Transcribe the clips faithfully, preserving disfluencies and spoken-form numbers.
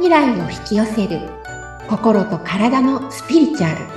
未来を引き寄せる心と体のスピリチュアル。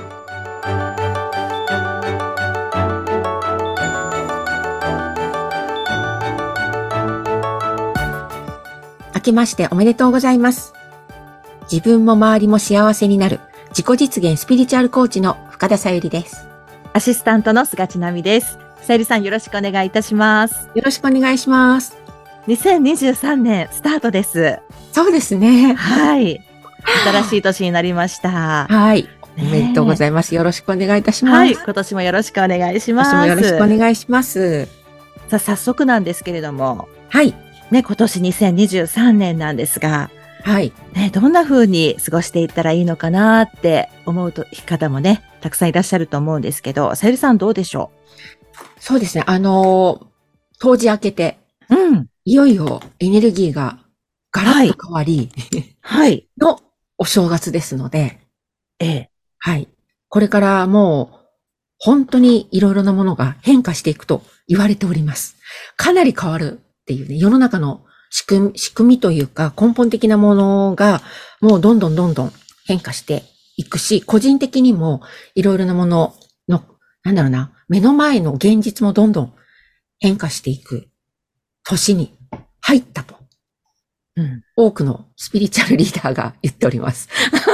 明けましておめでとうございます。自分も周りも幸せになる自己実現スピリチュアルコーチの深田さゆりです。 アシスタントの菅千奈美です。さゆりさん、よろしくお願いいたします。 よろしくお願いします。 にせんにじゅうさんねんスタートです。 そうですね。 はい。新しい年になりました。 はい。おめでとうございます。よろしくお願いいたします。 はい。今年もよろしくお願いします。 今年もよろしくお願いします。 さあ、早速なんですけれども。 はい。 ね、今年にせんにじゅうさんねんなんですが。 はい。 ね、どんな風に過ごしていったらいいのかなって思うと方もね、たくさんいらっしゃると思うんですけど、さゆりさんどうでしょう？そうですね。あのー、当時明けて。 うん。 いよいよエネルギーがガラッと変わり、 はい。 のお正月ですので、 ええ。 はい。これからもう、本当にいろいろなものが変化していくと言われております。かなり変わるっていうね、世の中の仕組み、仕組みというか根本的なものがもうどんどんどんどん変化していくし、個人的にもいろいろなものの、なんだろうな、目の前の現実もどんどん変化していく年に入ったと。うん、多くのスピリチュアルリーダーが言っております。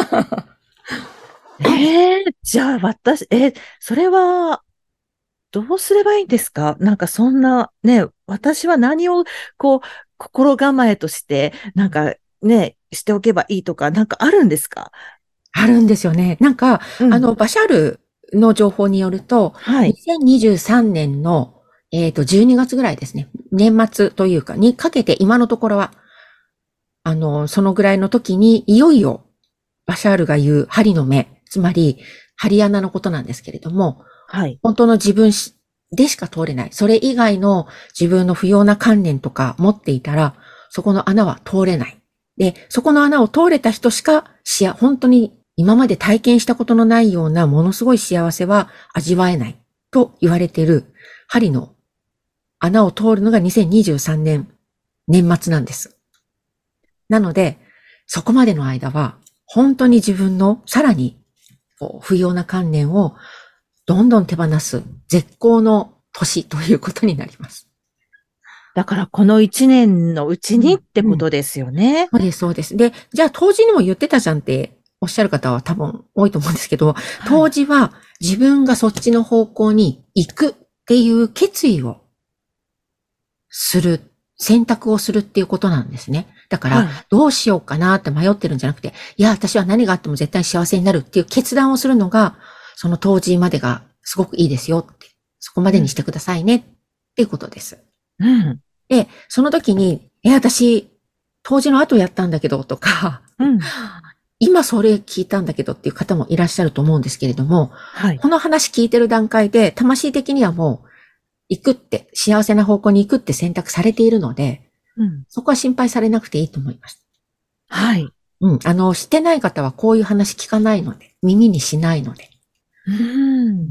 ええー、じゃあ私、え、それは、どうすればいいんですか？なんかそんな、ね、私は何を、こう、心構えとして、なんかね、しておけばいいとか、なんかあるんですか？ あるんですよね。なんか、うん、あの、バシャルの情報によると、はい、にせんにじゅうさんねんの、えっと、じゅうにがつぐらいですね。年末というか、にかけて今のところは、あの、そのぐらいの時に、いよいよ、バシャールが言う針の目、つまり、針穴のことなんですけれども、はい。本当の自分でしか通れない。それ以外の自分の不要な観念とか持っていたら、そこの穴は通れない。で、そこの穴を通れた人しか、しや、本当に今まで体験したことのないようなものすごい幸せは味わえないと言われている針の穴を通るのがにせんにじゅうさんねん年末なんです。なので、そこまでの間は、本当に自分のさらにこう不要な観念をどんどん手放す絶好の年ということになります。 だからこの一年のうちにってことですよね。 うんうん、そうです、そうです。で、じゃあ当時にも言ってたじゃんっておっしゃる方は多分多いと思うんですけど、はい、当時は自分がそっちの方向に行くっていう決意をする。選択をするっていうことなんですね。だから、どうしようかなって迷ってるんじゃなくて、いや、私は何があっても絶対幸せになるっていう決断をするのが、その当時までがすごくいいですよって、そこまでにしてくださいねっていうことです。 うん。 で、その時に、え、私、当時の後やったんだけどとか、うん、今それ聞いたんだけどっていう方もいらっしゃると思うんですけれども、はい、この話聞いてる段階で、魂的にはもう、行くって、幸せな方向に行くって選択されているので、うん、そこは心配されなくていいと思います。 はい。 うん。あの、してない方はこういう話聞かないので、耳にしないので。 うん。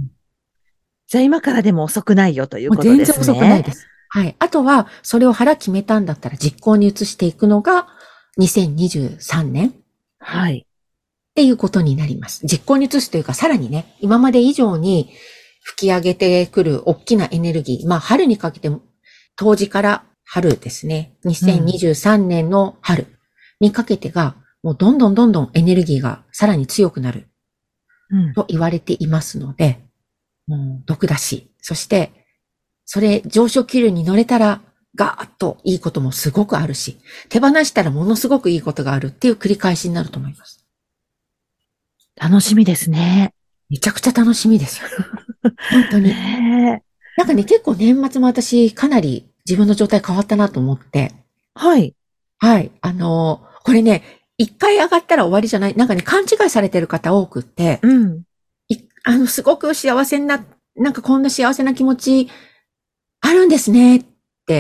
じゃあ今からでも遅くないよということですね。 全然遅くないです。はい。あとは、それを腹決めたんだったら実行に移していくのが、にせんにじゅうさんねん。 はい。 っていうことになります。実行に移すというか、さらにね、今まで以上に、吹き上げてくる大きなエネルギー。まあ、春にかけて、冬至から春ですね。にせんにじゅうさんねんの春にかけてが、もうどんどんどんどんエネルギーがさらに強くなる。と言われていますので、うん、毒だし、そして、それ上昇気流に乗れたら、ガーッといいこともすごくあるし、手放したらものすごくいいことがあるっていう繰り返しになると思います。 楽しみですね。 めちゃくちゃ楽しみですよ。本当に。なんかね、結構年末も私かなり自分の状態変わったなと思って。 はい。 はい。あのー、これね、一回上がったら終わりじゃない。なんかね、勘違いされてる方多くって。うん。あの、すごく幸せにな、なんかこんな幸せな気持ちあるんですねって、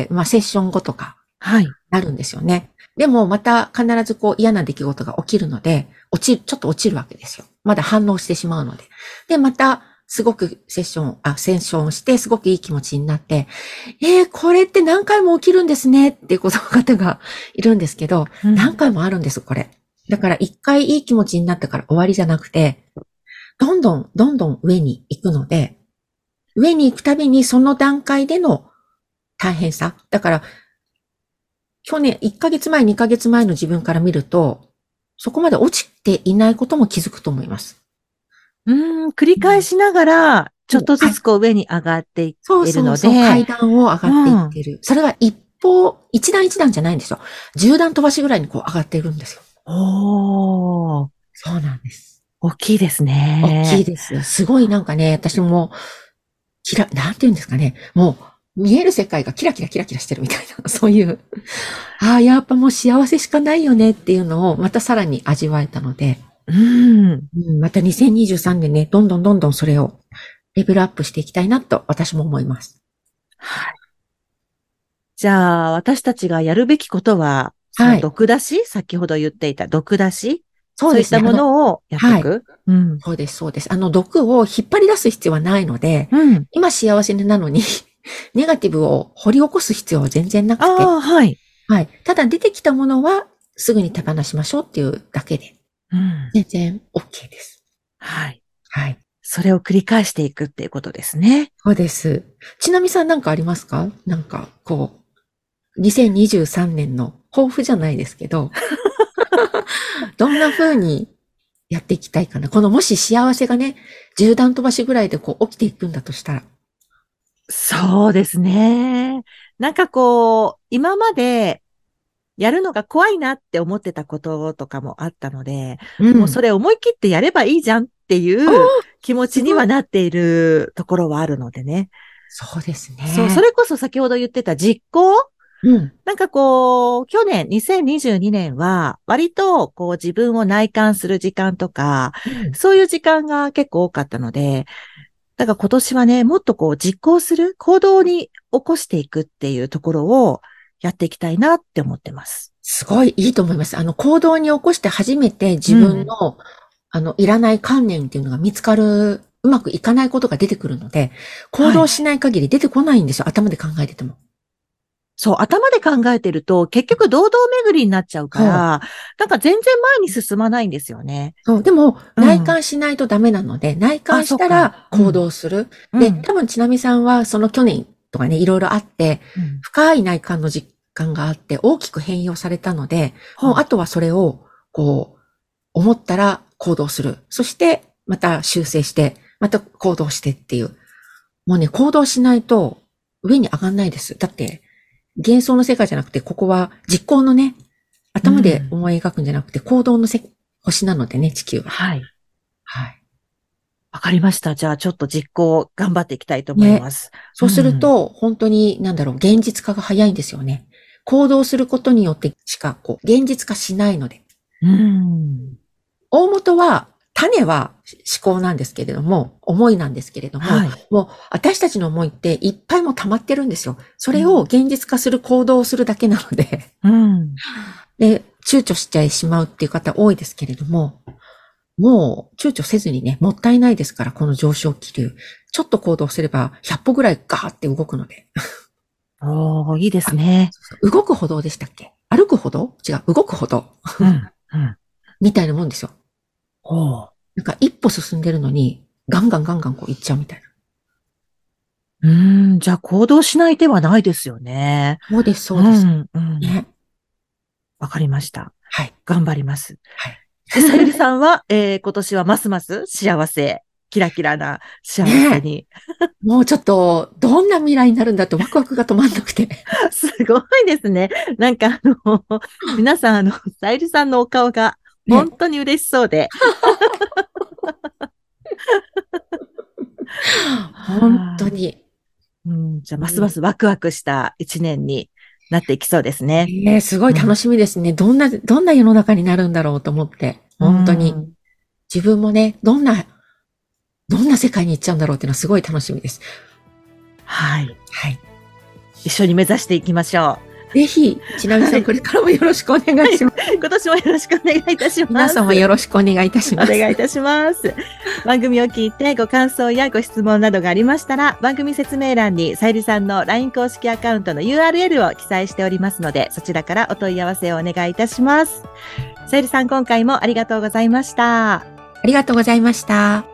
まあセッション後とか。はい。なるんですよね。でもまた必ずこう嫌な出来事が起きるので、落ちる、ちょっと落ちるわけですよ。まだ反応してしまうので。で、また、すごくセッション、あ、セッションをして、すごくいい気持ちになって、えー、これって何回も起きるんですねっていう方がいるんですけど、うん、何回もあるんです、これ。 だから一回いい気持ちになったから終わりじゃなくて、どんどん、どんどん上に行くので、上に行くたびにその段階での大変さ。だから、去年、いっかげつまえ、にかげつまえの自分から見ると、そこまで落ちていないことも気づくと思います。 うーん、繰り返しながら、ちょっとずつこう上に上がっていってるので。そうそうそう、 階段を上がっていってる。うん、それが一歩、一段一段じゃないんですよ。十段飛ばしぐらいにこう上がっているんですよ。 おー。 そうなんです。 大きいですね。 大きいです。すごいなんかね、私も、キラ、なんて言うんですかね。もう、見える世界がキラキラキラキラしてるみたいな、そういう、ああ、やっぱもう幸せしかないよねっていうのをまたさらに味わえたので、 うん、 うん、またにせんにじゅうさんねんね、どんどんどんどんそれをレベルアップしていきたいなと私も思います。 はい。じゃあ、私たちがやるべきことは、その毒出し、はい、先ほど言っていた毒出し、そうですね。そういったものをやっていく、はい、 うん。そうです、そうです。あの、毒を引っ張り出す必要はないので、うん、今幸せなのに、ネガティブを掘り起こす必要は全然なくて、 あ、はい。 はい。ただ出てきたものはすぐに手放しましょうっていうだけで、うん、全然 OK です。 はい。 はい。 それを繰り返していくっていうことですね。 そうです。ちなみさんなんかありますか？なんか、こう、にせんにじゅうさんねんの抱負じゃないですけど、どんな風にやっていきたいかな。このもし幸せがね、じ段飛ばしぐらいでこう起きていくんだとしたら。 そうですね。なんかこう、今までやるのが怖いなって思ってたこととかもあったので、うん、もうそれ思い切ってやればいいじゃんっていう気持ちにはなっているところはあるのでね。 そうですね。 そう、それこそ先ほど言ってた実行、うん、なんかこう、去年にせんにじゅうにねんは割とこう自分を内観する時間とか、うん、そういう時間が結構多かったので、だから今年はね、もっとこう実行する、行動に起こしていくっていうところをやっていきたいなって思ってます。 すごいいいと思います。あの、行動に起こして初めて自分の、うん、あの、いらない観念っていうのが見つかる、うまくいかないことが出てくるので、行動しない限り出てこないんですよ。はい、頭で考えてても。 そう、頭で考えてると、結局堂々巡りになっちゃうから、なんか全然前に進まないんですよね。 そう、でも、うん、内観しないとダメなので、内観したら行動する。うん、で、多分ちなみさんはその去年とかね、いろいろあって、うん、深い内観の実感があって大きく変容されたので、もうあとはそれを、こう、思ったら行動する。そして、また修正して、また行動してっていう。もうね、行動しないと上に上がんないです。だって、幻想の世界じゃなくて、ここは実行のね、頭で思い描くんじゃなくて、行動のせ星なのでね、地球は。 はい。 はい。 わかりました。じゃあ、ちょっと実行頑張っていきたいと思います。ね、 そうすると、うん、本当に、なんだろう、現実化が早いんですよね。行動することによってしか、こう、現実化しないので。 うん。 大元は、種は思考なんですけれども、思いなんですけれども、はい、もう私たちの思いっていっぱいも溜まってるんですよ。それを現実化する行動をするだけなので、うん、で、躊躇しちゃいしまうっていう方多いですけれども、もう躊躇せずにね、もったいないですから、この上昇気流。ちょっと行動すればひゃっぽぐらいガーって動くので。 おー、いいですね。 そうそう、動く歩道でしたっけ？歩く歩道？違う、動く歩道。うんうん、みたいなもんですよ。 おー。 なんか一歩進んでるのに、ガンガンガンガンこう行っちゃうみたいな。うーん、じゃあ行動しない手はないですよね。 そうです、そうです。うんうん、ね。わかりました。 はい。 頑張ります。 はい。 で、さゆりさんは、えー、今年はますます幸せ、キラキラな幸せに。 ね、もうちょっと、どんな未来になるんだってワクワクが止まんなくて。 すごいですね。なんかあの、皆さんあの、さゆりさんのお顔が本当に嬉しそうで。ね、 本当に。 うん、じゃあ、ますますワクワクした一年になっていきそうですね。 ええ、すごい楽しみですね、うん。どんな、どんな世の中になるんだろうと思って。本当に。うん、自分もね、どんな、どんな世界に行っちゃうんだろうっていうのはすごい楽しみです。 はい。 はい。 一緒に目指していきましょう。ぜひ、ちなみさん、これからもよろしくお願いします。 はい、今年もよろしくお願いいたします。 皆様よろしくお願いいたします。 お願いいたします。番組を聞いてご感想やご質問などがありましたら、番組説明欄にさゆりさんの ライン 公式アカウントの ユーアールエル を記載しておりますので、そちらからお問い合わせをお願いいたします。 さゆりさん、今回もありがとうございました。 ありがとうございました。